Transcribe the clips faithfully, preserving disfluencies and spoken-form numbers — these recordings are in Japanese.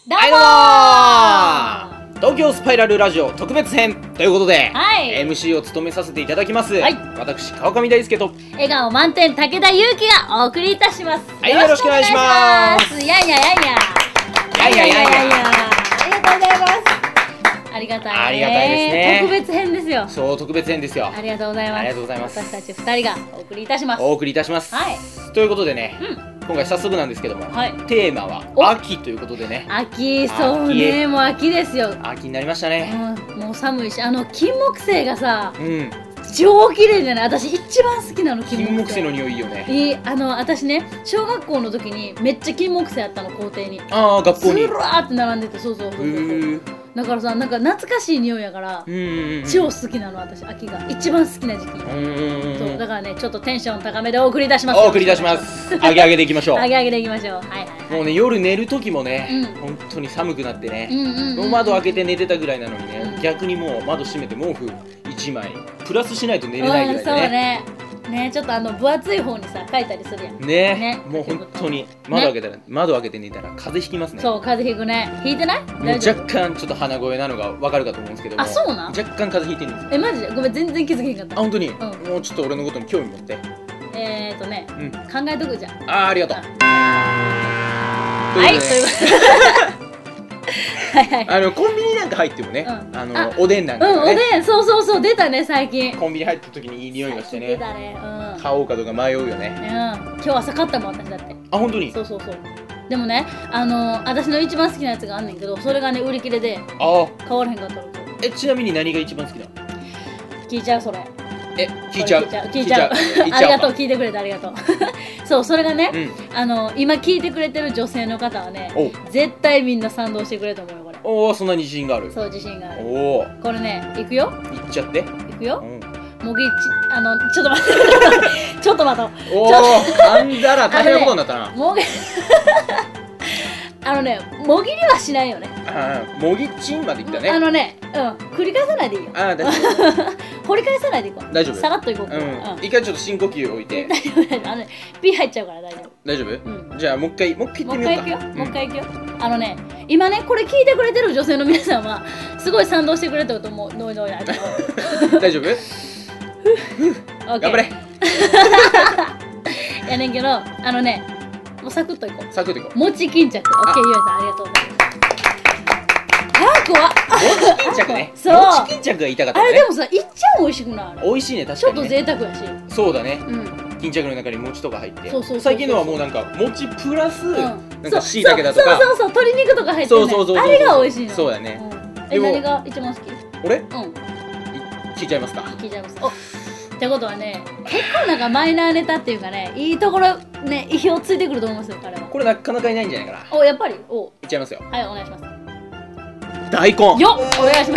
どうもー、東京スパイラルラジオ特別編ということで、はい、エムシー を務めさせていただきます、はい、私川上大輔と笑顔満点武田祐希がお送りいたします。 はい、よろしくお願いします。 いやいやいやいやいやいやいやいや、 ありがとうございます。ありがたいね。 ありがたいですね。 特別編ですよ。 そう、特別編ですよ。 ありがとうございます。 ありがとうございます。 私たちふたりがお送りいたします。 お送りいたします。 はい。 ということでね、 うん今回早速なんですけども、はい、テーマは秋ということでね。 秋、そうね、もう秋ですよ。 秋になりましたね。 うん、もう寒いし、あの金木犀がさ、 うん、 超綺麗じゃない？私一番好きなの金木犀。 金木犀の匂いいいよね。 いい、あの私ね、小学校の時にめっちゃ金木犀あったの、校庭に。 ああ、学校に。 ずらーって並んでて、そうそうそうそう。だからさ、なんか懐かしい匂いやから、超好きなの私、秋が一番好きな時期。そうだからね、ちょっとテンション高めでお送り出します。 お送り出します。上げ上げでいきましょう。 上げ上げでいきましょう。はいはい。 もうね、夜寝る時もね、本当に寒くなってね、窓開けて寝てたぐらいなのにね、逆にもう窓閉めて毛布一枚プラスしないと寝れないぐらいでね。 ね、ちょっとあの分厚い方にさ書いたりするやんね。もう本当に窓開けたら、窓開けて寝たら風邪ひきますね。 そう、風邪ひくね。ひいてない？ もう若干ちょっと鼻声なのがわかるかと思うんですけども。 あ、そうなん？ 若干風邪ひいてるんですよ。 え、マジで？ごめん、全然気づけへんかった。 あ、本当に？もうちょっと俺のことに興味持って。 えーとね、考えとくじゃん。 あー、ありがとう。 はい、ということであのコンビニなんか入ってもね、あのおでんなんかうん、おでん、そうそうそう、出たね最近。 コンビニ入った時にいい匂いがしてね。 出たね。 買おうかとか迷うよね。 うん、今日朝買ったもん私だって。 あ、本当に？ そうそうそう。でもね、あの私の一番好きなやつがあんねんけど、それがね売り切れで買われへんかったの。 え、ちなみに何が一番好きなの？ 聞いちゃうそれ。 え、聞いちゃう。 聞いちゃう。ありがとう、聞いてくれてありがとう。そう、それがね、あの今聞いてくれてる女性の方はね、絶対みんな賛同してくれると思うよこれ。 おお、そんなに自信がある。 そう、自信がある。 おお。 これね、いくよ。 いっちゃって。 いくよ。もぎち、あのちょっと待って。ちょっと待とう。 おお、あんだら大変なことになったな。 もぎ。あのね、もぎりはしないよね。 ああ、もぎっちんまでいったね。 あのね、うん、繰り返さないでいいよ。 ああ、大丈夫。 掘り返さないでいこう。 大丈夫。 さらっといこう。 うん。一回ちょっと深呼吸置いて。 大丈夫、大丈夫。あのね、ピー入っちゃうから大丈夫。 大丈夫？じゃあもう一回、もう一回行ってみようか。 もう一回行くよ。もう一回行くよ。あのね、今ね、これ聞いてくれてる女性の皆さんは、すごい賛同してくれてると思う。ノイノイやけど。 大丈夫？頑張れ。 やねんけど、あのね、もうサクッといこう。 サクッといこう。 餅巾着。オッケー、ゆうやさんありがとうございます。あ、怖っ。 餅巾着ね。 そう。 餅巾着が言いたかったね。 あれでもさ、いっちゃん美味しくない？ 美味しいね、確かに。 ちょっと贅沢やし。 そうだね。巾着の中に餅とか入って。最近のはもうなんか餅プラスなんか椎茸だとか。 そうそうそう、鶏肉とか入ってる。そうそうそう。あれが美味しいの。 そうだね。 え、何が一番好き？ 俺？うん。聞いちゃいますか。 聞いちゃいます。お。ってことはね、結構なんかマイナーネタっていうかね、いいところね、意表をついてくると思いますよ、彼は。 これなかなかいないんじゃないかな。 お、やっぱり？お。 いっちゃいますよ。 はい、お願いします。 大根。 よっ、お願いします。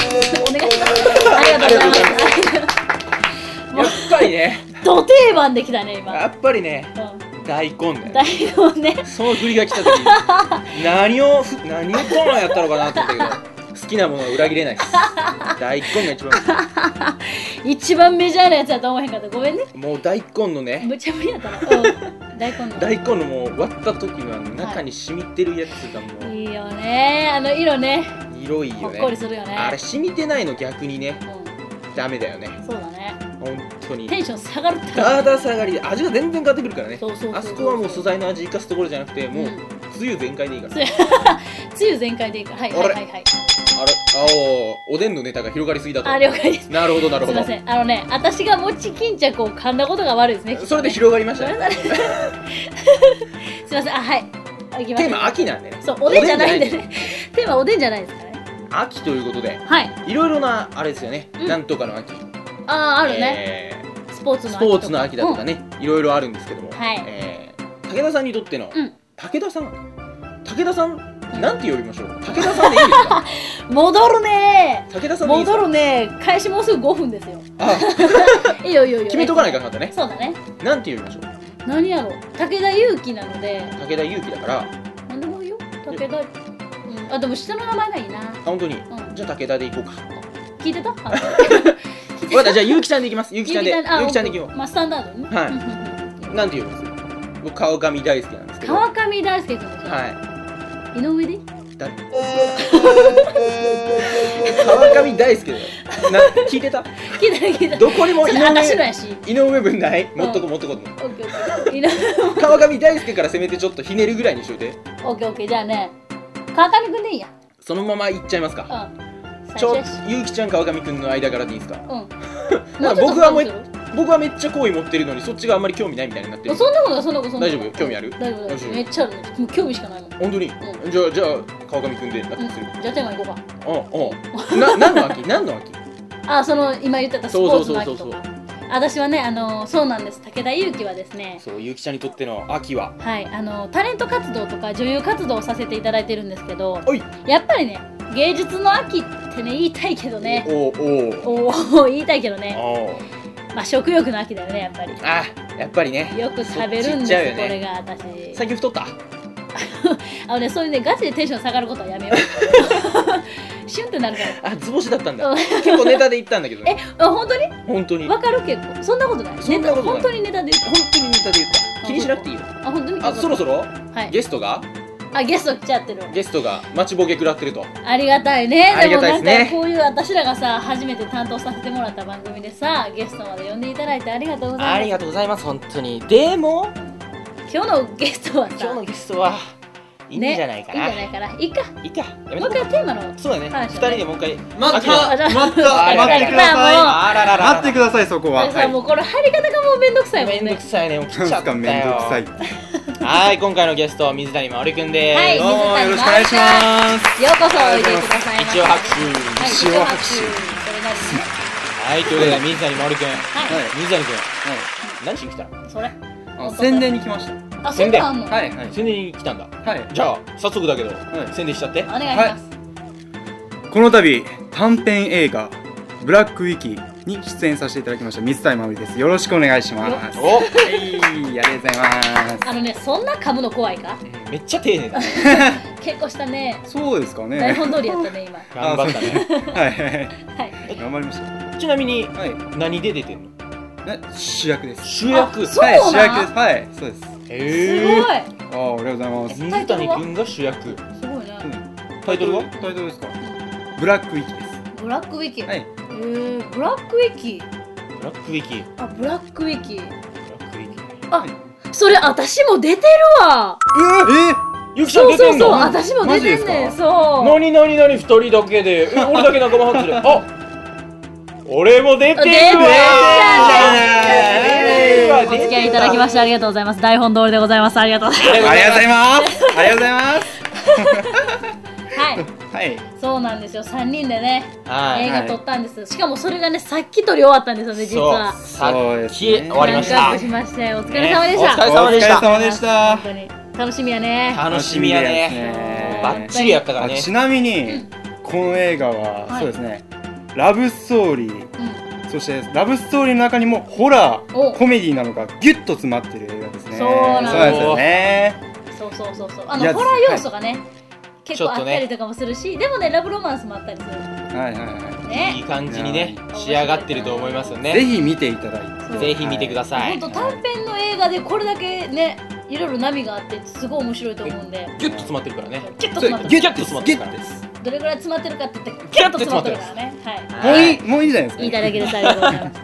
お願いします。ありがとうございます。 やっぱりね。 ド定番できたね、今。 やっぱりね。大根だよ。 大根ね。 その振りが来た時に、何を、何をドーンやったのかなと思ったけど。好きなものを裏切れないです。大根が一番好き。一番メジャーなやつだと思えへんかった。ごめんね。 もう大根のね。 むちゃむちゃやったな。大根の。 大根のもう割った時の中に染みてるやつがもう。 いいよね。あの色ね。 色いいよね。 ほっこりするよね。 あれ染みてないの逆にね。ダメだよね。 そうだね。 本当に。 テンション下がるって。 だだ下がりで味が全然変わってくるからね。 そうそう。 あそこはもう素材の味生かすところじゃなくて、もうつゆ全開でいいから。 つゆ全開でいいから。はいはいはいはい。 あれ、あお、おでんのネタが広がりすぎだと。 あ、了解です。 なるほどなるほど。 すみません、あのね、私が餅巾着を噛んだことが悪いですね。 それで広がりましたね。 すみません、あ、はい。 テーマ秋なんでね。 そう、おでんじゃないんでね。テーマおでんじゃないですからね。 秋ということで、 はい。 いろいろなあれですよね。なんとかの秋。 ああ、あるね。スポーツの秋。 スポーツの秋だとかね、いろいろあるんですけども。 はい。 武田さんにとっての武田さん、武田さん。なんて呼びましょう。武田さんでいいですか？ 戻るねー。 武田さんでいいですか？ 戻るねー。開始もうすぐごふんですよ。ああ。いいよいいよいいよ。 決めとかないかなかったね。 そうだね。 なんて呼びましょう。 何やろう。武田祐希なので。 武田祐希だから。 なんでもいいよ。武田。あ、でも下の名前がいいな。あ、 本当に。じゃあ武田でいこうか。 聞いてた？ わかった、じゃあ祐希ちゃんでいきます。祐希ちゃんで。祐希ちゃんでいきよう。 まあスタンダードね。 はい。なんて呼びます？僕川上大輔なんですけど。 川上大輔君ですよ。 はい。 井上で？ 誰？川上大輔だよ。な聞いてた？ 聞いた聞いた。 どこにも井上私のやし。 井上分ない？持っとこ持っとこ。川上大輔から攻めてちょっとひねるぐらいにしといて。 オッケーオッケー、じゃあね、川上くんでいいや。 そのままいっちゃいますか。 うん。 ちょゆうきちゃん川上くんの間からでいいですか。 うん。 僕はもう僕はめっちゃ好意持ってるのにそっちがあんまり興味ないみたいになってる。 そんなことないそんなことない。 大丈夫？興味ある？ 大丈夫大丈夫。めっちゃあるね。もう興味しかないもん。 本当に？うん、じゃあじゃあ川上くんで納得する。 じゃあテーマいこうか。 うんうん。な何の秋？何の秋？ あ、その今言ってたスポーツの秋とか。私はね、あのそうなんです。武田悠樹はですね。 そう、ゆうきちゃんにとっての秋は。 はい、あのタレント活動とか女優活動をさせていただいてるんですけど。 おい。 やっぱりね、芸術の秋ってね言いたいけどね。 おおお。お言いたいけどね。お。まあ食欲の秋だよねやっぱり。 あ、やっぱりね。 よく食べるんですよこれが私。 最近太った？ あのね、そういうねガチでテンション下がることはやめよう。シュンってなるから。 あ、図星だったんだ。結構ネタで言ったんだけどね。 え、本当に？ 本当に。 わかる結構。そんなことない。 そんなことない。 本当にネタで言った。 本当にネタで言った。気にしなくていいよ。 あ、本当に。 あ、そろそろ？ はい。 ゲストが？ あ、ゲスト来ちゃってる。 ゲストが待ちぼけ食らってると。 ありがたいね。 ありがたいですね。 でもなんかこういう私らがさ初めて担当させてもらった番組でさゲストまで呼んでいただいてありがとうございます。 ありがとうございます本当に。でも今日のゲストはさ今日のゲストはいいんじゃないかな。 いいんじゃないかな。いいか。 いいか。 もう一回テーマの。 そうだね。二人でもう一回。 待った待った待ってください。待ってくださいそこは。 さもうこれ入り方がもうめんどくさいもんね。 めんどくさいね。もう来ちゃったよ。 めんどくさい。 はい、今回のゲスト水谷まおりくんです。 はい、水谷まおりくん。よろしくお願いします。ようこそおいでくださいませ。 一応拍手。 一応拍手。それなりにね。 はい、ということで水谷まおりくん。水谷くん。何しに来たの？ それ。 宣伝に来ました。 あ、宣伝あんの？ はい、 宣伝に来たんだ。 はい。 じゃあ早速だけど宣伝しちゃって。 お願いします。 この度短編映画ブラックウィキに出演させていただきました水谷まおりです。よろしくお願いします。 お、はい、 ありがとうございます。 あのね、そんな噛むの怖いか？ めっちゃ丁寧だ。 結構したね。 そうですかね。 台本通りやったね今。 頑張ったね。 はいはい。 頑張りました。 ちなみに何で出てんの？ 主役です。 主役。 そうなん？主役です。はい、そうです。 へえ。すごい。 あ、ありがとうございます。 水谷くんが主役。 すごいね。 タイトルは？タイトルですか？ブラックウィキです。 ブラックウィキ。 はい。 へえ、ブラックウィキ。 ブラックウィキ。 あ、ブラックウィキ。 ブラックウィキ。 あ、それ私も出てるわ。 え？ ゆきちゃん出てんの？ そうそうそう、私も出てんねん。そう。 なになになに二人だけで、え、俺だけ仲間外れ。あ、俺も出てるわ。 お付き合いいただきましてありがとうございます。台本通りでございます。ありがとうございます。 ありがとうございます。ありがとうございます。 はい。 はい。 そうなんですよ。三人でね、 はい、 映画撮ったんです。しかもそれがね、さっき撮り終わったんですよね、実は。 そうです。終わりました。 ランクアップしまして、お疲れ様でした。 お疲れ様でした。 お疲れ様でした。 本当に楽しみやね。 楽しみやね。バッチリやったからね。 ちなみにこの映画はそうですね、ラブストーリー、そしてラブストーリーの中にもホラー、コメディなのがギュッと詰まってる映画ですね。 そうなんですよね。 そうそうそうそう。あのホラー要素がね。結構あったりとかもするし、でもねラブロマンスもあったりする。 はいはいはい。 ね、 いい感じにね仕上がってると思いますよね。 ぜひ見ていただいて。 ぜひ見てください。 本当短編の映画でこれだけねいろいろ波があってすごい面白いと思うんで。 ギュッと詰まってるからね。 ギュッと詰まってる。 ギュッと詰まってるから。 どれぐらい詰まってるかって言ってギュッと詰まってるからね。 はい。もういいもういいじゃないですか。 いいただけでありがとうございます。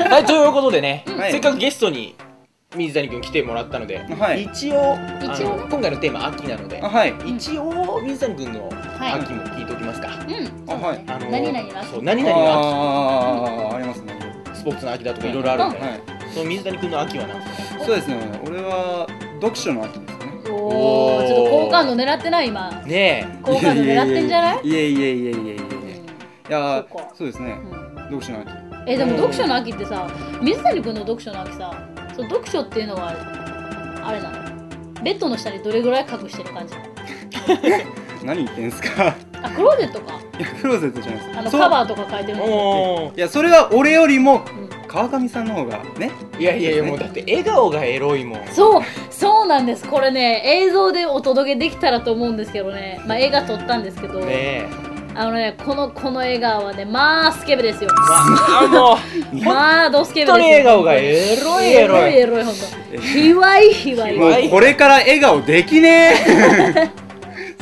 はい、ということでね、せっかくゲストに水谷くん来てもらったので、はい、一応一応、ね、今回のテーマ秋なので、はい、一応水谷くんの秋も聞いておきますか。 うん、あ、 はい、 あの何々の秋、 そう何々の秋、 ああありますね。 スポーツの秋だとかいろいろあるんで、はい、その水谷くんの秋は何ですか？ そうですね、俺は読書の秋ですね。 おお、ちょっと好感度狙ってない今。 ねえ、好感度狙ってんじゃない？ いやいやいやいやいやいや。いや、そうですね。読書の秋。 え、でも読書の秋ってさ、水谷くんの読書の秋さ。そう読書っていうのはあれなの？ベッドの下にどれぐらい隠してる感じなの？ 何言ってんすか？ あ、クローゼットか？ いや、クローゼットじゃないです。 あのカバーとか書いてるの。いや、それは俺よりも川上さんの方がね。 いやいやいや、もうだって笑顔がエロいもん。 そう、そうなんです。これね、映像でお届けできたらと思うんですけどね。まあ映画撮ったんですけど。ねえ。あのね、このこの笑顔はね、まあスケベですよ。 まあもう、 まあドスケベですよ。 本当に笑顔がエロいエロい。 エロいエロい本当。ひわいひわい。 もうこれから笑顔できねえ。そこま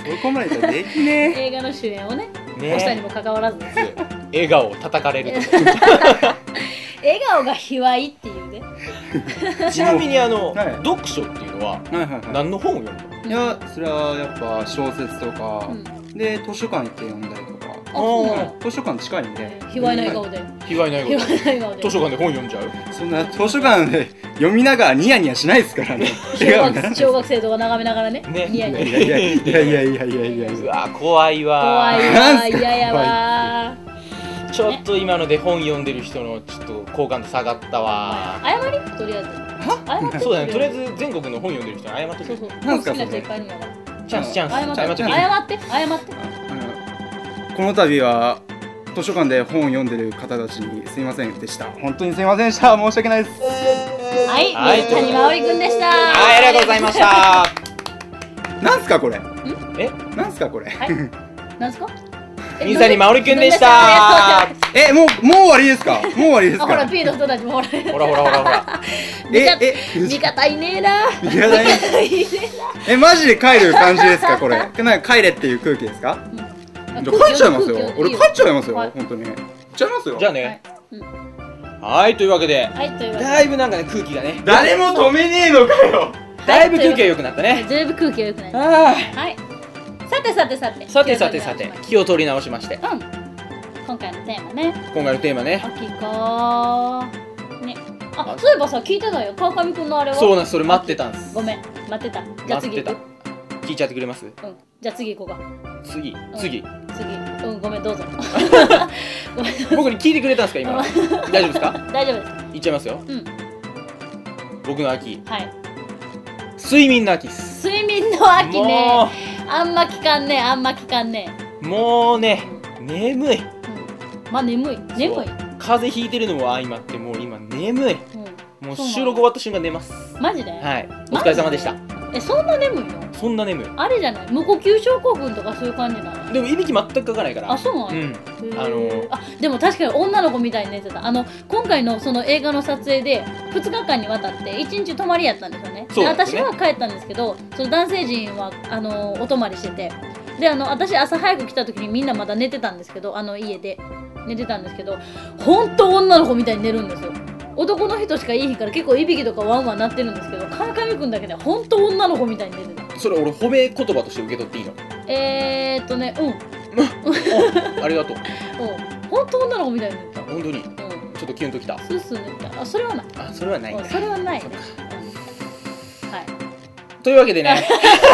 ネタできねえ映画の主演をね押したにもかかわらず笑顔を叩かれると笑顔が卑猥っていうねちなみにあの、はい、読書っていうのは、はいはいはい、何の本を読むの？ いやそれはやっぱ小説とか、うん、で図書館行って読んだりとか図書館近いんで卑猥な笑顔で卑猥な笑顔で図書館で本読んじゃう？ そんな図書館で読みながらニヤニヤしないですからね小学, 小学生とか眺めながらねねニヤニヤいやいやいやいやいやいやいやうわ怖いわ怖いわ嫌やわちょっと今ので本読んでる人のちょっと好感度下がったわ謝りとりあえずはそうだねとりあえず全国の本読んでる人に謝ってくれそうそうなんすかそれチャンスチャンス謝って謝って謝って謝ってこの度は図書館で本を読んでる方たちにすいませんでした本当にすいませんでした申し訳ないですはい水谷まおりくんでしたはいありがとうございましたなんすかこれえなんすかこれなんすか水谷まおりくんでしたえもうもう終わりですかもう終わりですかほら P の人たちもほらほらほらほらほらええ味方いねえな味方いねええマジで帰る感じですかこれなんか帰れっていう空気ですか帰っちゃいますよ俺帰っちゃいますよ本当に帰っちゃいますよじゃあねはいというわけでだいぶなんかね空気がね誰も止めねえのかよだいぶ空気が良くなったねだいぶ空気が良くなったはいさてさてさてさてさてさて気を取り直しましてうん今回のテーマね今回のテーマね秋かねあそういえばさ聞いてたよ川上くんのあれはそうなんそれ待ってたんですごめん待ってたじゃあ次行く聞いちゃってくれますうんじゃあ次行こうか次次次うんごめんどうぞ僕に聞いてくれたんですか今大丈夫ですか大丈夫です言っちゃいますようん僕の秋はい睡眠の秋です睡眠の秋ねあんま聞かんねあんま聞かんねもうね眠いまあ眠い眠い風邪ひいてるのも相まってもう今眠いもう収録終わった瞬間寝ますマジではいお疲れ様でしたえそんな眠いのそんな眠いあれじゃない無呼吸症候群とかそういう感じなのでもいびき全くかかないからあそうなのうんあのあでも確かに女の子みたいに寝てたあの今回のその映画の撮影でふつかかんにわたっていちにち泊まりやったんですよねそうですねで私は帰ったんですけどその男性陣はあのお泊まりしててであの私朝早く来た時にみんなまだ寝てたんですけどあの家で寝てたんですけど本当女の子みたいに寝るんですよ男の人しかいい日から結構いびきとかワンワン鳴ってるんですけど川上くんだけで本当女の子みたいに寝てたそれ俺褒め言葉として受け取っていいのえーっとねうんありがとううん本当女の子みたいに寝てた本当に、うん、ちょっとキュンときたスースー寝てたあそれはないあそれはないんだそれはないね、うん、はいというわけでね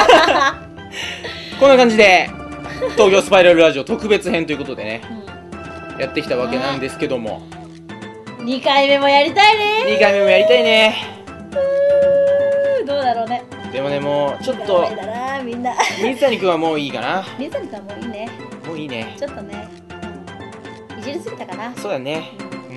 こんな感じで東京スパイラルラジオ特別編ということでね、うん、やってきたわけなんですけども、 にかいめもやりたいねにかいめもやりたいねうーどうだろうねでもねもうちょっとだなみんな水谷くんはもういいかな水谷くんはもういいねもういいねちょっとね、うん、いじりすぎたかなそうだねうん、うん、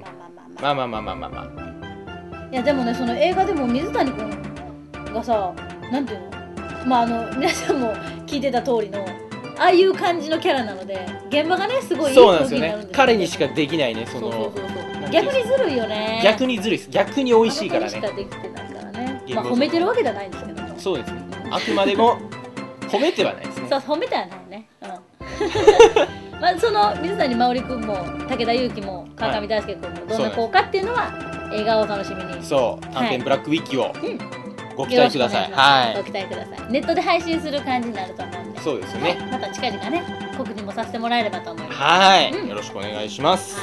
まあまあまあまあまあまあまあいやでもねその映画でも水谷くんがさなんていうのまああの皆さんも聞いてた通りのああいう感じのキャラなので現場がねすごいいい空気になるんですよね彼にしかできにそのそうそうそうそう逆にずるいよね逆にずるいです逆に美味しいからねしかできてないからねまあ褒めてるわけじゃないんですけどもそうですねあくまでも褒めてはないですねそう褒めてはないねうんまあその水谷まおりくんも武田裕樹も川上大輔くんもどんな子かっていうのは映画を楽しみにそう短編ブラックウィキを、 うんご期待ください。はい。 ご期待ください。ネットで配信する感じになると思うんで。 そうですよね。 はい、また近々ね、告知もさせてもらえればと思います。 はい、うん、よろしくお願いします。はい、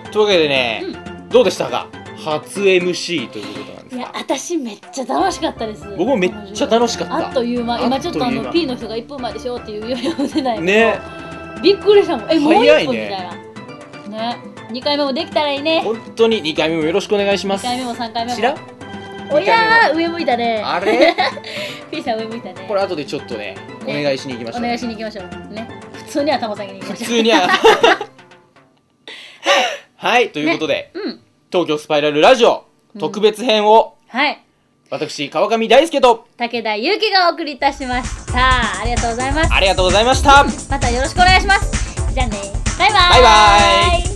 というわけでね、うん、どうでしたか？初 エムシー ということなんですか？ いや、私めっちゃ楽しかったです。 僕もめっちゃ楽しかった。 あっという間、今ちょっとあの P の人がいっぷんまえでしょっていう余裕も出ないのね。びっくりしたもん。え、もういっぷんみたいな。ね。にかいめもできたらいいね。 本当ににかいめもよろしくお願いします。 にかいめもさんかいめも。 知らん？ おやー上向いたねあれ P さん上向いたねこれ後でちょっとねお願いしに行きましょう、ね、 お願いしに行きましょうね普通には頭下げに行きましょう普通にははいということで、 ねうん、 東京スパイラルラジオ特別編を、 うん、はい私川上大輔と武田裕樹がお送りいたしましたありがとうございますありがとうございました、 うん、またよろしくお願いしますじゃあねバイバーイバイバーイ